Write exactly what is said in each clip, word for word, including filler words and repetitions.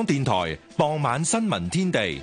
港電台傍晚新聞天地。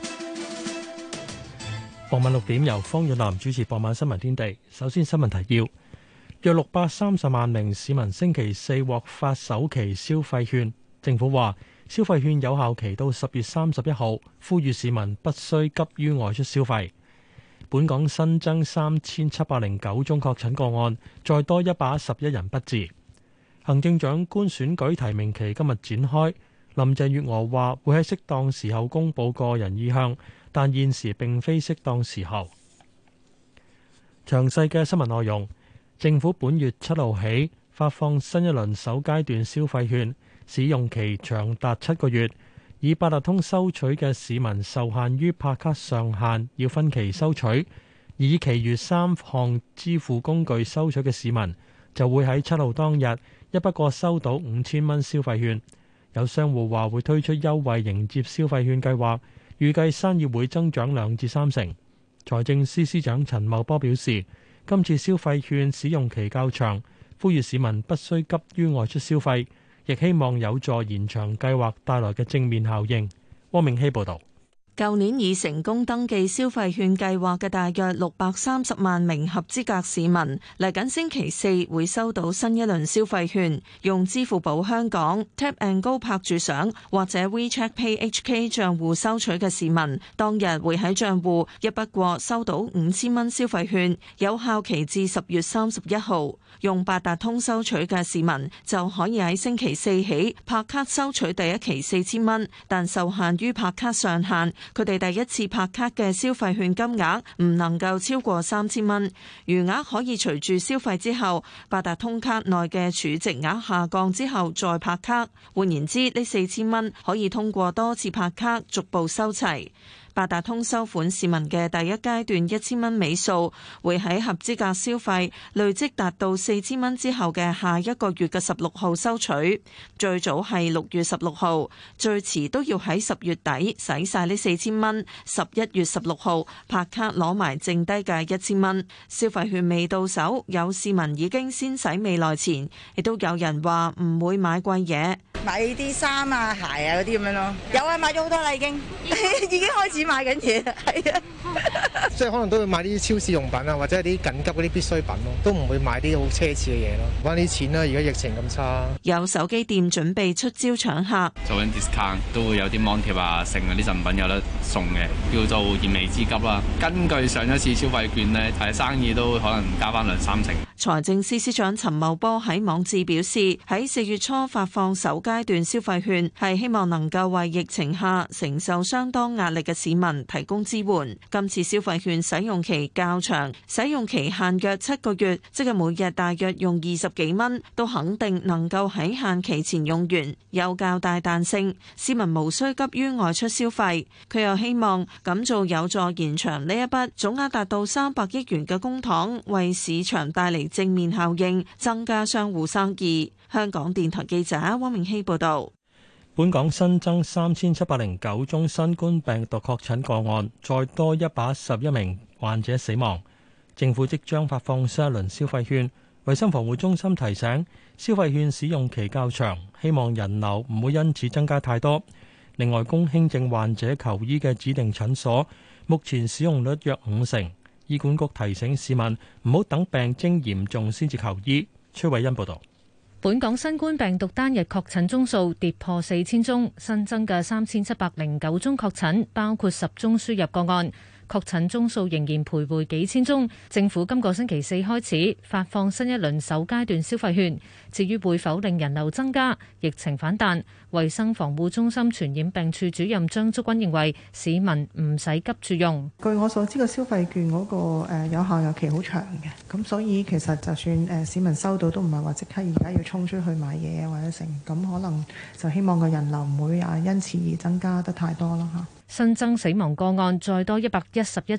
傍晚六點由方遠南主持傍晚新聞天地。首先新聞提要：約六百三十萬名市民星期四獲發首期消費券。政府話消費券有效期到十月三十一號，呼籲市民不需急於外出消費。本港新增三千七百零九宗確診個案，再多一百一十一人不治。行政長官選舉提名期今日展開，林鄭月娥話會喺適當時候公佈個人意向，但現時並非適當時候。詳細嘅新聞內容，政府本月七號起發放新一輪首階段消費券，使用期長達七個月。以八達通收取嘅市民受限於拍卡上限，要分期收取；以其餘三項支付工具收取嘅市民，就會喺七號當日一筆過收到五千蚊消費券。有商戶話會推出優惠迎接消費券計劃，預計生意會增長兩至三成。財政司司長陳茂波表示，今次消費券使用期較長，呼籲市民不需急於外出消費，亦希望有助延長計劃帶來嘅正面效應。汪明希報導。 舊年已成功登記消費券計劃嘅大約六百三十萬名合資格市民，嚟緊星期四會收到新一輪消費券。用支付寶香港 Tap and Go 拍住賞或者 WeChat Pay H K 賬戶收取嘅市民，當日會喺賬戶一筆過收到五千蚊消費券，有效期至十月三十一號。用八達通收取嘅市民就可以喺星期四起拍卡收取第一期四千蚊，但受限於拍卡上限，佢哋第一次拍卡嘅消費券金額唔能夠超過三千蚊，餘額可以隨住消費之後，八達通卡內嘅儲值額下降之後再拍卡。換言之，呢四千蚊可以通過多次拍卡逐步收齊。八達通收款市民嘅第一階段一千蚊尾數會喺合資格消費累積達到四千蚊之後嘅下一個月嘅十六號收取，最早係六月十六號，最遲都要喺十月底使晒呢四千蚊，十一月十六號拍卡攞埋剩低嘅一千蚊。消費券未到手，有市民已經先使未來錢，亦都有人話唔會買貴嘢， 買啲衫啊鞋啊嗰啲咁樣咯。有啊，買咗好多啦已經，已經開始買緊嘢，係啊， 即係可能都會買啲超市用品啊，或者係啲緊急嗰啲必需品咯，都唔會買啲好奢侈嘅嘢咯，揾啲錢啦。而家疫情咁差， 有手機店準備出招搶客， 做緊 discount 都會有啲 mon 貼啊，剩嗰啲贈品有得送嘅，叫做燃眉之急啦。根據上一次消費券呢，睇生意都可能加翻兩三成。 財政司司長陳茂波喺網誌表示，喺四月初發放首階段消費券，係希望能夠為疫情下承受相當壓力嘅市民提供支援。今次消費券使用期較長，使用期限約七個月，即係每日大約用二十幾蚊，都肯定能夠喺限期前用完，有較大彈性，市民無需急於外出消費。佢又希望咁做有助延長呢一筆總額達到三百億元嘅公帑，為市場帶嚟正面效應，增加商戶生意。香港電台記者汪明希報道。 本港新增三千七百零九宗新冠病毒確診個案，再多一百一十一名患者死亡。政府即將發放新一輪消費券，衛生防護中心提醒，消費券使用期較長，希望人流唔會因此增加太多。另外，供輕症患者求醫嘅指定診所，目前使用率約五成。醫管局提醒市民唔好等病徵嚴重先至求醫。崔慧欣報道。 本港新冠病毒單日確診宗數跌破四千宗，新增嘅三千七百零九宗確診，包括十宗輸入個案。確診宗數仍然徘徊幾千宗。政府今個星期四開始發放新一輪首階段消費券，至於會否令人流增加、疫情反彈，衛生防護中心傳染病處主任張竹君認為市民唔使急住用。 據我所知，個消費券嗰個誒有效日期好長嘅，咁所以其實就算誒市民收到都唔係話即刻而家要衝出去買嘢或者成，咁可能就希望個人流唔會啊因此而增加得太多啦嚇。 新增死亡個案再多一百一十一宗，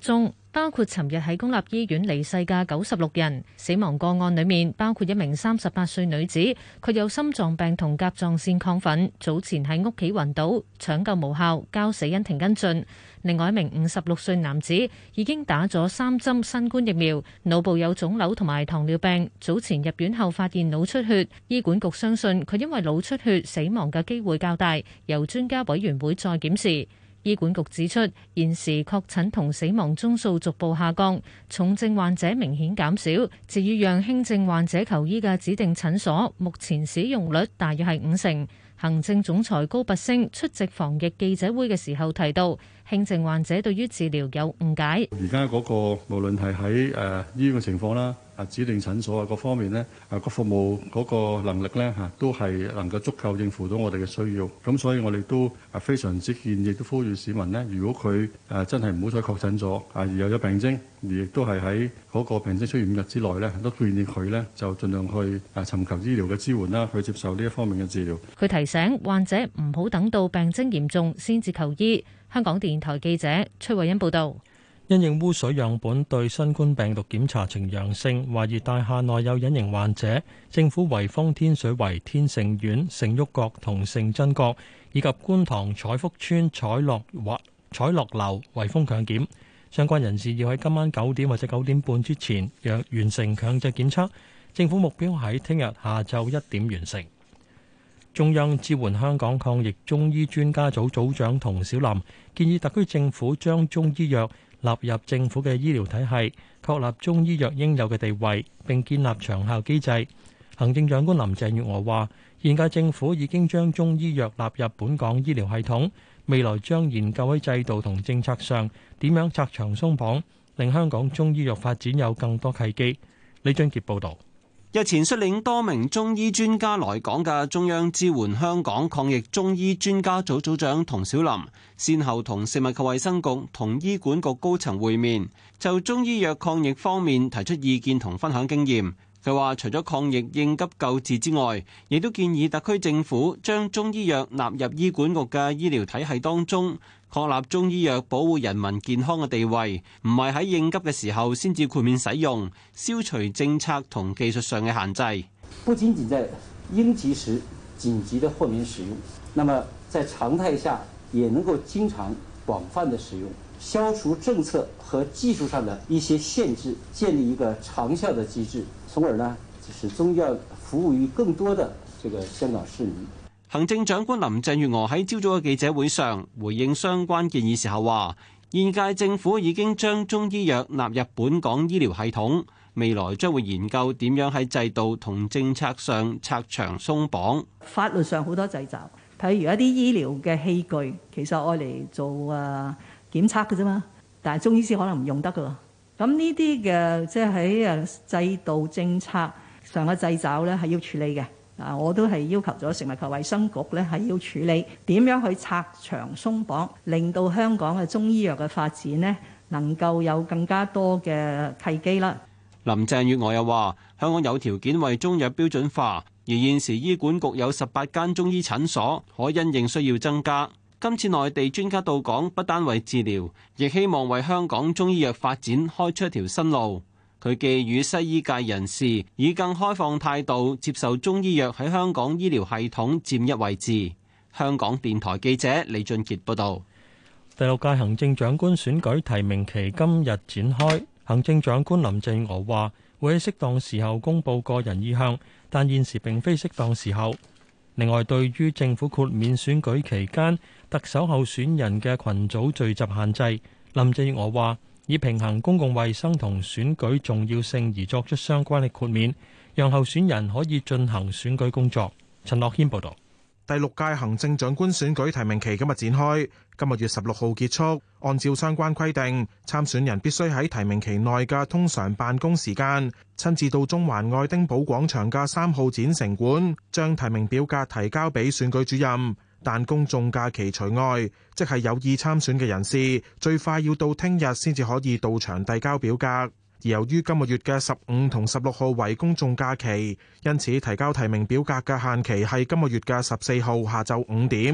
包括尋日喺公立醫院離世嘅九十六人。死亡個案裡面包括一名三十八歲女子，佢有心臟病同甲狀腺亢奮，早前喺屋企暈倒，搶救無效，交死因庭跟進。另外一名五十六歲男子已經打咗三針新冠疫苗，腦部有腫瘤同埋糖尿病，早前入院後發現腦出血，醫管局相信佢因為腦出血死亡嘅機會較大，由專家委員會再檢視。醫管局指出，現時確診同死亡宗數逐步下降，重症患者明顯減少。至於讓輕症患者求醫嘅指定診所，目前使用率大約係五成。行政總裁高拔陞出席防疫記者會嘅時候提到，輕症患者對於治療有誤解。 而家嗰個無論係喺誒醫院嘅情況啦，啊指定診所啊各方面咧，啊個服務嗰個能力咧嚇都係能夠足夠應付到我哋嘅需要。咁所以我哋都啊非常之建議，亦都呼籲市民咧，如果佢誒真係唔好再確診咗啊，而有咗病徵，而亦都係喺嗰個病徵出現五日之內咧，都建議佢咧就盡量去誒尋求醫療嘅支援啦，去接受呢一方面嘅治療。 佢提醒患者唔好等到病徵嚴重先至求醫。香港電台記者崔慧欣報道。 因應污水樣本對新冠病毒檢查呈陽性，懷疑大廈內有隱形患者，政府圍封天水圍天盛苑、盛旭閣同盛珍閣以及觀塘彩福邨彩樂或彩樂樓圍封強檢。相關人士要喺今晚九點或者九點半之前若完成強制檢測。政府目標喺聽日下晝一點完成。中央支援香港抗疫中醫專家組組長仝小林建議特區政府將中醫藥納入政府嘅醫療體系，確立中醫藥應有嘅地位，並建立長效機制。行政長官林鄭月娥話，現屆政府已經將中醫藥納入本港醫療系統，未來將研究喺制度同政策上點樣拆牆鬆綁，令香港中醫藥發展有更多契機。李俊傑報導。 日前率領多名中醫專家來港嘅中央支援香港抗疫中醫專家組組長仝小林，先後同食物及衛生局同醫管局高層會面，就中醫藥抗疫方面提出意見同分享經驗。佢話除咗抗疫應急救治之外，亦都建議特區政府將中醫藥納入醫管局嘅醫療體系當中，確立中醫藥保護人民健康嘅地位，唔係喺應急嘅時候先至豁免使用，消除政策同技術上嘅限制。 不僅僅在應急時緊急的豁免使用，那麼在常態下也能夠經常廣泛的使用，消除政策和技術上的一些限制，建立一個長效的機制，從而呢使中醫藥服務於更多的這個香港市民。 行政長官林鄭月娥喺朝早嘅記者會上回應相關建議時候話，現屆政府已經將中醫藥納入本港醫療系統，未來將會研究點樣喺制度同政策上拆牆鬆綁。 法律上好多掣肘，譬如一啲醫療嘅器具，其實愛嚟做誒檢測嘅啫嘛，但係中醫師可能唔用得噶。咁呢啲嘅即係喺誒制度政策上嘅掣肘咧，係要處理嘅。啊！我都係要求咗食物及衛生局咧，係要處理點樣去拆牆鬆綁，令到香港嘅中醫藥嘅發展呢能夠有更加多嘅契機啦。 林鄭月娥又話：香港有條件為中藥標準化，而現時醫管局有十八間中醫診所，可因應需要增加。今次內地專家到港，不單為治療，亦希望為香港中醫藥發展開出一條新路。佢寄語西醫界人士以更開放態度接受中醫藥喺香港醫療系統佔一位置。香港電台記者李俊傑報導。 第六屆行政長官選舉提名期今日展開，行政長官林鄭月娥話會喺適當時候公佈個人意向，但現時並非適當時候。另外，對於政府豁免選舉期間特首候選人嘅群組聚集限制，林鄭月娥話以平衡公共衛生同選舉重要性而作出相關嘅豁免，讓候選人可以進行選舉工作。陳樂軒報導。 第六屆行政長官選舉提名期今日展開，今個月十六號結束。按照相關規定，參選人必須喺提名期內嘅通常辦公時間，親自到中環愛丁堡廣場嘅三號展城館，將提名表格提交俾選舉主任。但公眾假期除外，即係有意參選嘅人士，最快要到聽日先至可以到場遞交表格。而由於今個月嘅十五同十六號為公眾假期，因此提交提名表格嘅限期係今個月嘅十四號下晝五點。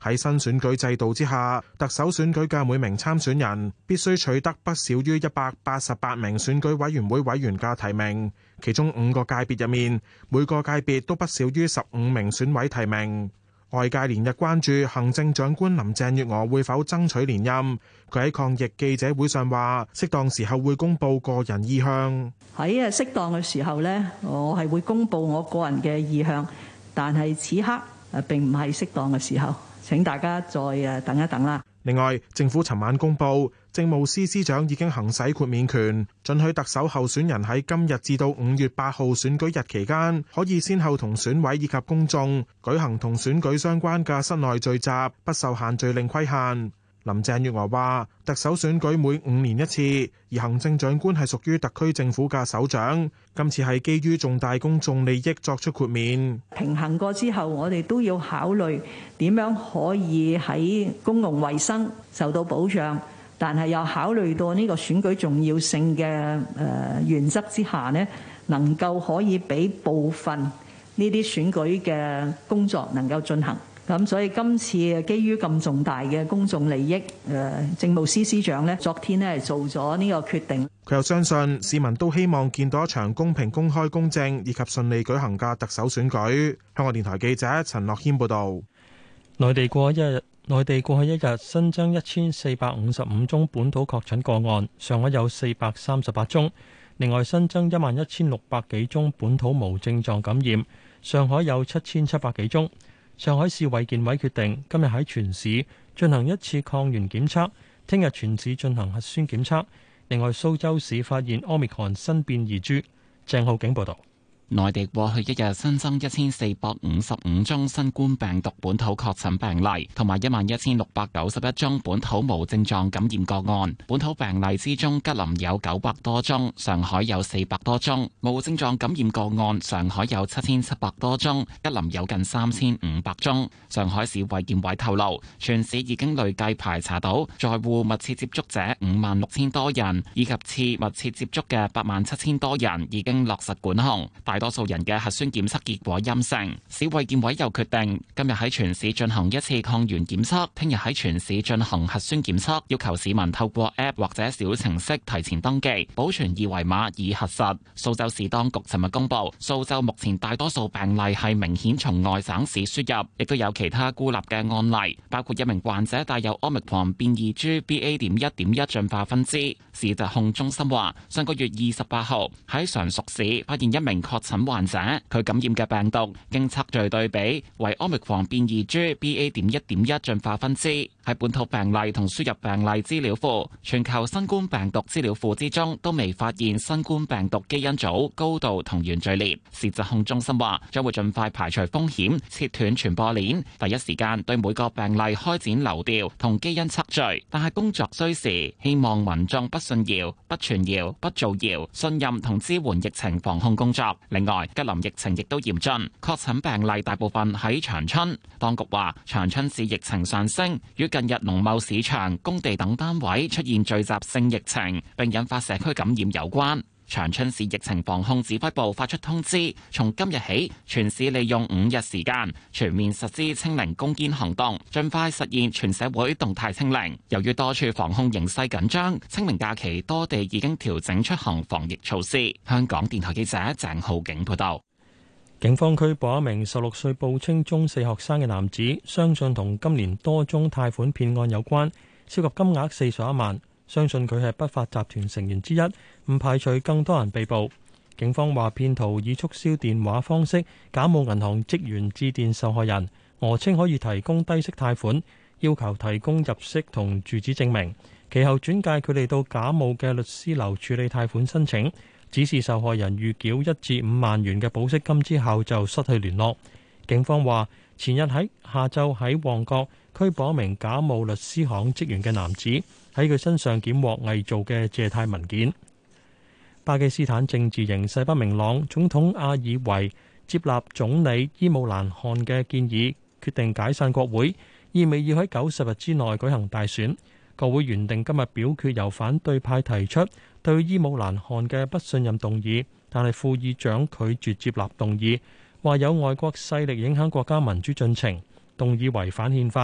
喺新選舉制度之下，特首選舉嘅每名參選人必須取得不少於一百八十八名選舉委員會委員嘅提名，其中五個界別入面，每個界別都不少於十五名選委提名。外界連日關注行政長官林鄭月娥會否爭取連任。佢喺抗疫記者會上話，適當時候會公佈個人意向。 喺誒適當嘅時候呢，我係會公佈我個人嘅意向，但係此刻誒並唔係適當嘅時候。請大家再誒等一等啦。 另外，政府尋晚公布，政務司司長已經行使豁免權，准許特首候選人喺今日至到五月八號選舉日期間，可以先後同選委以及公眾舉行同選舉相關嘅室內聚集，不受限聚令規限。林鄭月娥話，特首選舉每五年一次，而行政長官係屬於特區政府嘅首長，今次係基於重大公眾利益作出豁免。 平衡過之後，我哋都要考慮點樣可以喺公共衛生受到保障，但係又考慮到呢個選舉重要性嘅誒原則之下呢，能夠可以俾部分呢啲選舉嘅工作能夠進行。咁所以今次基於咁重大嘅公眾利益，誒政務司司長呢昨天呢做咗呢個決定。 佢又相信市民都希望見到一場公平、公開、公正以及順利舉行嘅特首選舉。香港電台記者陳樂軒報導。 內地過一日，內地過去一日新增一千四百五十五宗本土確診個案，上海有四百三十八宗。另外新增一萬一千六百幾宗本土無症狀感染，上海有七千七百幾宗。上海市衛健委決定今日喺全市進行一次抗原檢測，聽日全市進行核酸檢測。另外，蘇州市發現 Omicron 新變異株。鄭浩景報導。 內地過去一日新增一千四百五十五宗新冠病毒本土確診病例，同埋一萬一千六百九十一宗本土無症狀感染個案。本土病例之中，吉林有九百多宗，上海有四百多宗；無症狀感染個案，上海有七千七百多宗，吉林有近三千五百宗。上海市衛健委透露，全市已經累計排查到在滬密切接觸者五萬六千多人，以及次密切接觸嘅八萬七千多人，已經落實管控。大多數人嘅核酸檢測結果陰性，市衛健委又決定今日喺全市進行一次抗原檢測，聽日喺全市進行核酸檢測，要求市民透過 App 或者小程式提前登記，保存二維碼以核實。蘇州市當局尋日公布，蘇州目前大多數病例係明顯從外省市輸入，亦都有其他孤立嘅案例，包括一名患者帶有 Omicron 變異株 B A 點一點一進化分支。市疾控中心話，上個月二十八號喺常熟市發現一名確診患者，佢感染嘅病毒經測序對比為 Omicron 變異株 B A 點一點一進化分支，喺本土病例同輸入病例資料庫、全球新冠病毒資料庫之中都未發現新冠病毒基因組高度同源序列。市疾控中心話將會盡快排除風險，切斷傳播鏈，第一時間對每個病例開展流調同基因測序，但係工作需時，希望民眾不信謠、不傳謠、不造謠，信任同支援疫情防控工作。另外，吉林疫情亦都嚴峻，確診病例大部分喺長春。當局話，長春市疫情上升，與近日農貿市場、工地等單位出現聚集性疫情，並引發社區感染有關。長春市疫情防控指揮部發出通知，從今日起，全市利用五日時間全面實施清零攻堅行動，盡快實現全社會動態清零。由於多處防控形勢緊張，清明假期多地已經調整出行防疫措施。香港電台記者鄭浩景報道。 警方拘捕一名十六歲報稱中四學生嘅男子，相信同今年多宗貸款騙案有關，涉及金額四十一萬。相信佢係不法集團成員之一，唔排除更多人被捕。警方話，騙徒以促銷電話方式假冒銀行職員致電受害人，訛稱可以提供低息貸款，要求提供入息同住址證明，其後轉介佢哋到假冒嘅律師樓處理貸款申請，指示受害人預繳一至五萬元嘅保釋金之後就失去聯絡。警方話，前日喺下晝喺旺角拘捕一名假冒律師行職員嘅男子，喺佢身上檢獲偽造嘅借貸文件。巴基斯坦政治形勢不明朗，總統阿爾維接納總理伊姆蘭汗嘅建議，決定解散國會，意味要喺九十日之內舉行大選。國會原定今日表決由反對派提出對伊姆蘭汗嘅不信任動議，但係副議長拒絕接納動議，話有外國勢力影響國家民主進程，動議違反憲法，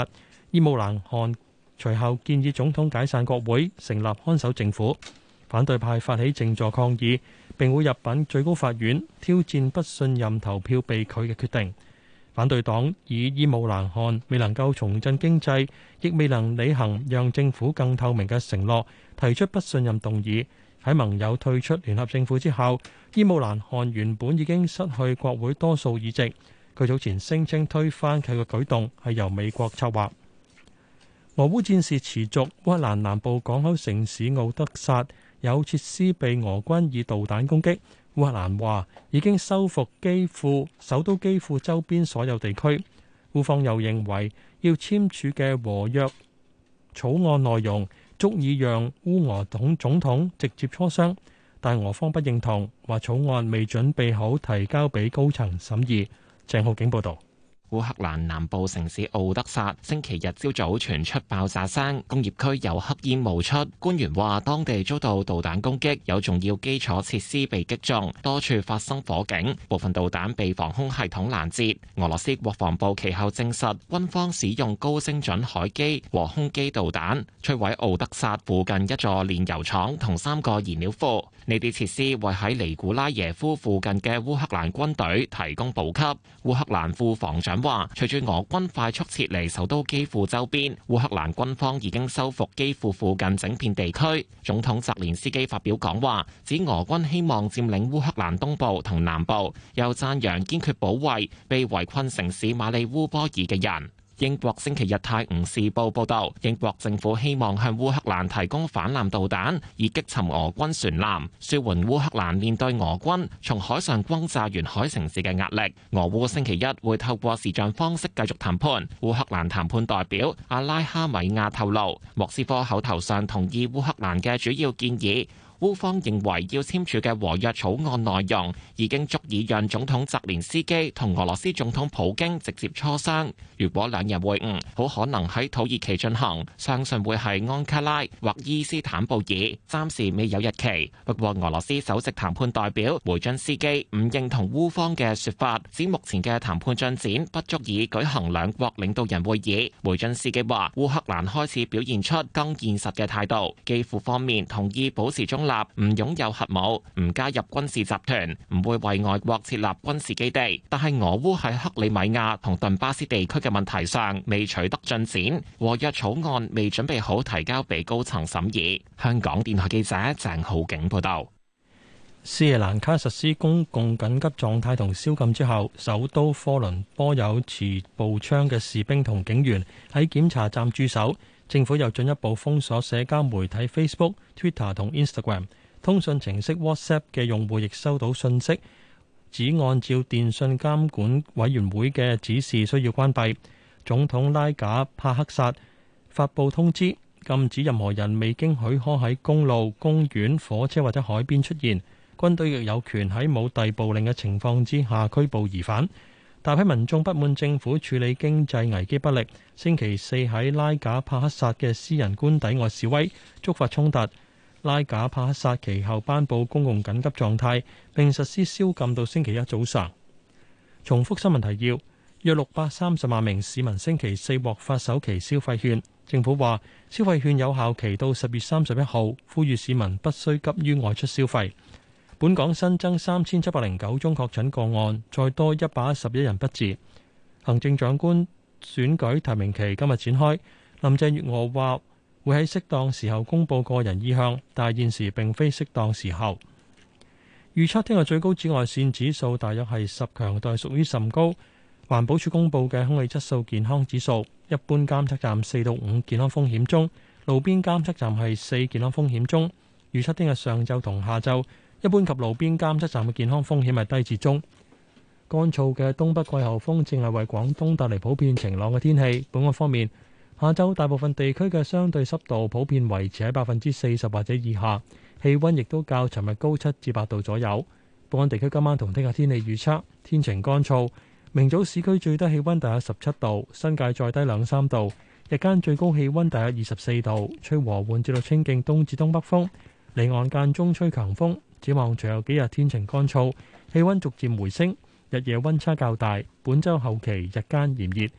伊姆蘭汗隨後建議總統解散國會，成立看守政府。反對派發起靜坐抗議，並會入稟最高法院挑戰不信任投票被拒嘅決定。反對黨以伊姆蘭汗未能夠重振經濟，亦未能履行讓政府更透明嘅承諾，提出不信任動議。喺盟友退出聯合政府之後，伊姆蘭汗原本已經失去國會多數議席。佢早前聲稱推翻佢嘅舉動係由美國策劃。俄烏戰事持續，烏克蘭南部港口城市奧德薩有設施被俄軍以導彈攻擊。烏克蘭話已經收復基輔首都基輔周邊所有地區。烏方又認為要簽署嘅和約草案內容足以讓烏俄統總統直接磋商，但俄方不認同，話草案未準備好提交俾高層審議。鄭浩景報導。 烏克蘭南部城市奧德薩星期日朝早傳出爆炸聲，工業區有黑煙冒出。官員話當地遭到導彈攻擊，有重要基礎設施被擊中，多處發生火警，部分導彈被防空系統攔截。俄羅斯國防部其後證實，軍方使用高精準海基和空基導彈摧毀奧德薩附近一座煉油廠同三個燃料庫。呢啲設施為喺尼古拉耶夫附近嘅烏克蘭軍隊提供補給。烏克蘭副防長話，隨住俄軍快速撤離首都基輔周邊，烏克蘭軍方已經收復基輔附近整片地區。總統澤連斯基發表講話，指俄軍希望佔領烏克蘭東部同南部，又讚揚堅決保衛被圍困城市馬里烏波爾嘅人。英國星期日《泰晤士報》報道，英國政府希望向烏克蘭提供反艦導彈，以擊沉俄軍船艦，舒緩烏克蘭面對俄軍從海上轟炸沿海城市嘅壓力。俄烏星期一會透過視像方式繼續談判。烏克蘭談判代表阿拉哈米亞透露，莫斯科口頭上同意烏克蘭嘅主要建議。烏方認為要簽署嘅和約草案內容已經足以讓總統澤連斯基同俄羅斯總統普京直接磋商。如果兩人會晤，好可能喺土耳其進行，相信會係安卡拉或伊斯坦布爾，暫時未有日期。不過俄羅斯首席談判代表梅津斯基唔認同烏方嘅說法，指目前嘅談判進展不足以舉行兩國領導人會議。梅津斯基話，烏克蘭開始表現出更現實嘅態度，基輔方面同意保持中唔擁有核武，唔加入軍事集團，唔會為外國設立軍事基地。但係俄烏喺克里米亞同頓巴斯地區嘅問題上未取得進展，和約草案未準備好提交俾高層審議。香港電台記者鄭浩景報道。 斯里蘭卡實施公共緊急狀態同宵禁之後，首都科倫坡有持步槍嘅士兵同警員喺檢查站駐守。政府又進一步封鎖社交媒體 Facebook、Twitter 同 Instagram， 通訊程式 WhatsApp 嘅用戶亦收到訊息，只按照電信監管委員會嘅指示需要關閉。總統拉賈帕克薩發布通知，禁止任何人未經許可喺公路、公園、火車或者海邊出現。軍隊亦有權喺冇逮捕令嘅情況之下拘捕疑犯。大批民眾不滿政府處理經濟危機不力，星期四喺拉賈帕克薩嘅私人官邸外示威，觸發衝突。拉賈帕克薩其後頒布公共緊急狀態，並實施宵禁到星期一早上。重複新聞提要：約六百三十萬名市民星期四獲發首期消費券。政府話消費券有效期到十月三十一號，呼籲市民不需急於外出消費。本港新增三千七百零九宗確診個案，再多一百一十一人不治。行政長官選舉提名期今日展開，林鄭月娥話會喺適當時候公佈個人意向，但係現時並非適當時候。預測聽日最高紫外線指數大約係十，強度屬於甚高。環保署公佈嘅空氣質素健康指數，一般監測站四到五健康風險中，路邊監測站係四健康風險中。預測聽日上晝同下晝，一般及路邊監測站嘅健康風險係低至中。乾燥嘅東北季候風正係為廣東帶嚟普遍晴朗嘅天氣。本港方面，下晝大部分地區嘅相對濕度普遍維持喺百分之四十或者以下，氣温亦都較尋日高七至八度左右。本港地區今晚同聽日天氣預測，天晴乾燥，明早市區最低氣温大約十七度，新界再低兩三度，日間最高氣温大約二十四度，吹和緩至到清勁東至東北風，離岸間中吹強風。展望隨後幾日天晴乾燥，氣温逐漸回升，日夜温差較大。本週後期日間炎熱。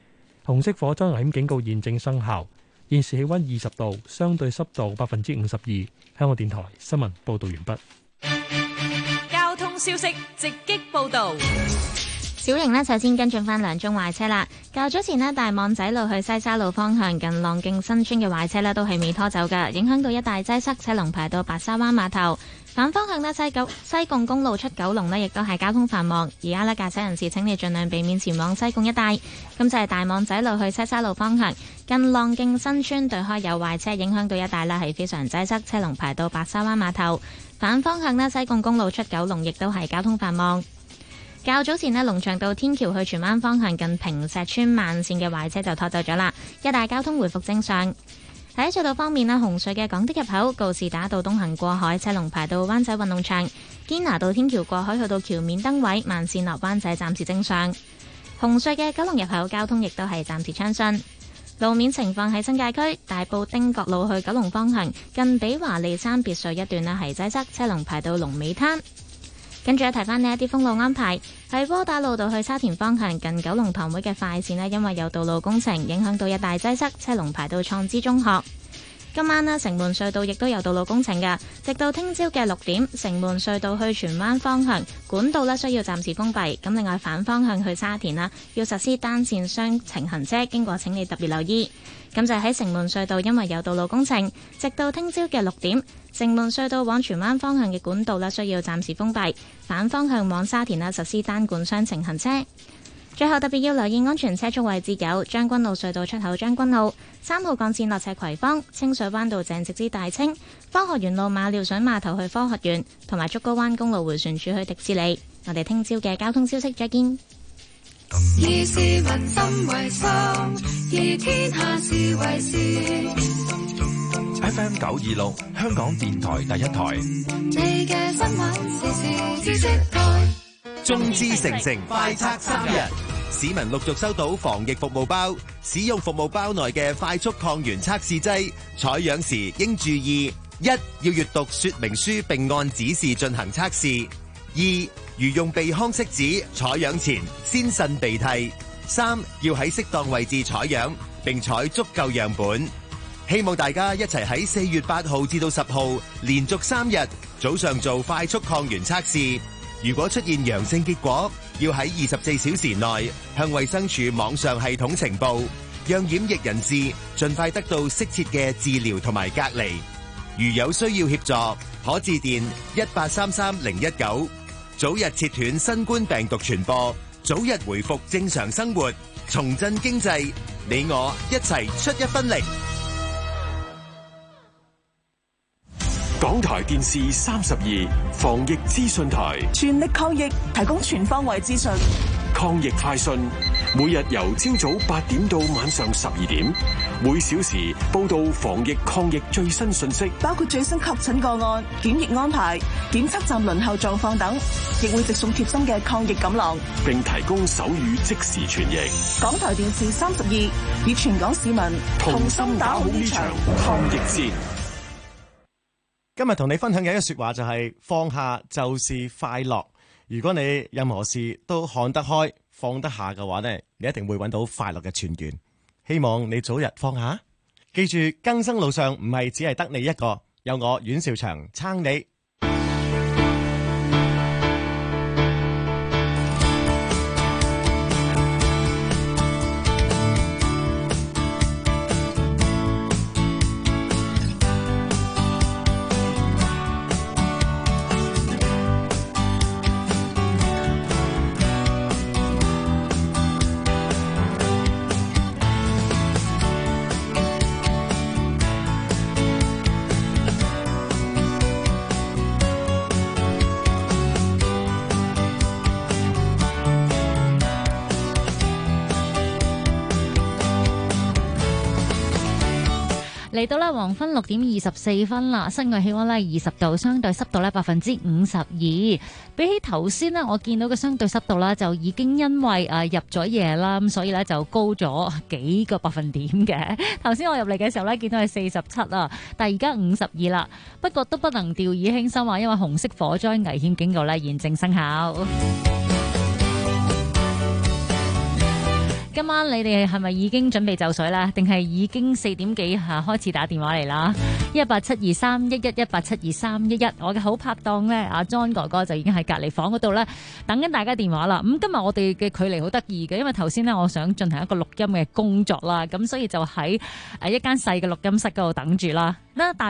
紅色火災危險警告現正生效。現時氣溫二十度，相對濕度百分之五十二。香港電台新聞報道完畢。 交通消息直擊報道。 小瑩呢，首先跟進翻兩宗壞車啦。較早前呢，大網仔路去西沙路方向近浪徑新村嘅壞車呢，都係未拖走㗎，影響到一大擠塞，車龍排到白沙灣碼頭。反方向呢，西九西貢公路出九龍呢，亦都係交通繁忙。而家呢，駕駛人士請你盡量避免前往西貢一帶。咁就係大網仔路去西沙路方向近浪徑新村對開有壞車，影響到一帶呢，係非常擠塞，車龍排到白沙灣碼頭。反方向呢，西貢公路出九龍亦都係交通繁忙。較早前呢，龍翔道天橋去荃灣方向近坪石村慢線嘅壞車就拖走咗啦，一帶交通回復正常。喺隧道方面呢，紅隧嘅港島入口告士打道東行過海車龍排到灣仔運動場，堅拿道天橋過海去到橋面燈位慢線落灣仔暫時正常。紅隧嘅九龍入口交通亦都係暫時暢順。路面情況喺新界區大埔汀角路去九龍方向近比華利山別墅一段呢係擠塞，車龍排到龍尾灘。跟住提翻呢一啲封路安排，喺窩打老道去沙田方向近九龍塘會嘅快線呢，因為有道路工程，影響到一大擠塞，車龍排到創知中學。今晚呢，城門隧道亦都有道路工程㗎，直到聽朝嘅六點，城門隧道去荃灣方向管道呢需要暫時封閉。咁另外反方向去沙田啦，要實施單線雙程行車，經過請你特別留意。咁就喺城門隧道，因為有道路工程，直到聽朝嘅六點，城門隧道往荃灣方向嘅管道呢需要暫時封閉，反方向往沙田啦實施單管雙程行車。最後特別要留意安全車速位置有將軍澳隧道出口將軍澳、三號幹線落斜葵芳、清水灣道鄭直之大清、科學園路馬料水碼頭去科學園，同埋竹篙灣公路迴旋處去迪士尼。我哋聽朝嘅交通消息再見。 以市民心為心，以天下事為事。 F M 九二六，香港電台第一台。 你嘅新聞時事知識台。 眾志成城快測三日，市民陸續收到防疫服務包，使用服務包內嘅快速抗原測試劑，採樣時應注意：一、要閱讀說明書並按指示進行測試；二、如用鼻腔拭子採樣前先擤鼻涕；三、要喺適當位置採樣並採足夠樣本。希望大家一齊喺四月八號至到十號連續三日早上做快速抗原測試。如果出現陽性結果，要喺二十四小時內向衛生署網上系統呈報，讓染疫人士盡快得到適切嘅治療同埋隔離。如有需要協助，可致電一八三三零一九，早日切斷新冠病毒傳播，早日回復正常生活，重振經濟。你我一齊出一分力。 港台電視三十二防疫資訊台， 全力抗疫，提供全方位資訊。 抗疫快訊，每日由朝早八點到晚上十二點，每小時報道防疫抗疫最新信息， 包括最新確診個案、檢疫安排、檢測站輪候狀況等，亦會直送貼心嘅抗疫錦囊， 並提供手語即時傳譯。 港台電視三十二與全港市民同心打好呢場抗疫戰。 今日同你分享嘅一個說話就係放下就是快樂。如果你任何事都看得開、放得下嘅話呢，你一定會揾到快樂嘅泉源。希望你早日放下。記住，更生路上唔係只係得你一個，有我阮兆祥撐你。 嚟到咧黃昏六點二十四分啦，室外氣溫咧二十度，相對濕度咧百分之五十二。比起頭先呢，我見到嘅相對濕度咧就已經因為誒入咗夜啦，咁所以咧就高咗幾個百分點嘅。頭先我入嚟嘅時候咧見到係四十七啊，但係而家五十二啦。不過都不能掉以輕心啊，因為紅色火災危險警告咧現正生效。 今晚你哋係咪已經準備就緒啦？定係已經四點幾吓開始打電話嚟啦？一八七二三一一一八七二三一一，我嘅好拍檔咧，阿 John 哥哥就已經喺隔離房嗰度咧等緊大家電話啦。咁今日我哋嘅距離好得意嘅，因為頭先咧我想進行一個錄音嘅工作啦，咁所以就喺誒一間細嘅錄音室嗰度等住啦。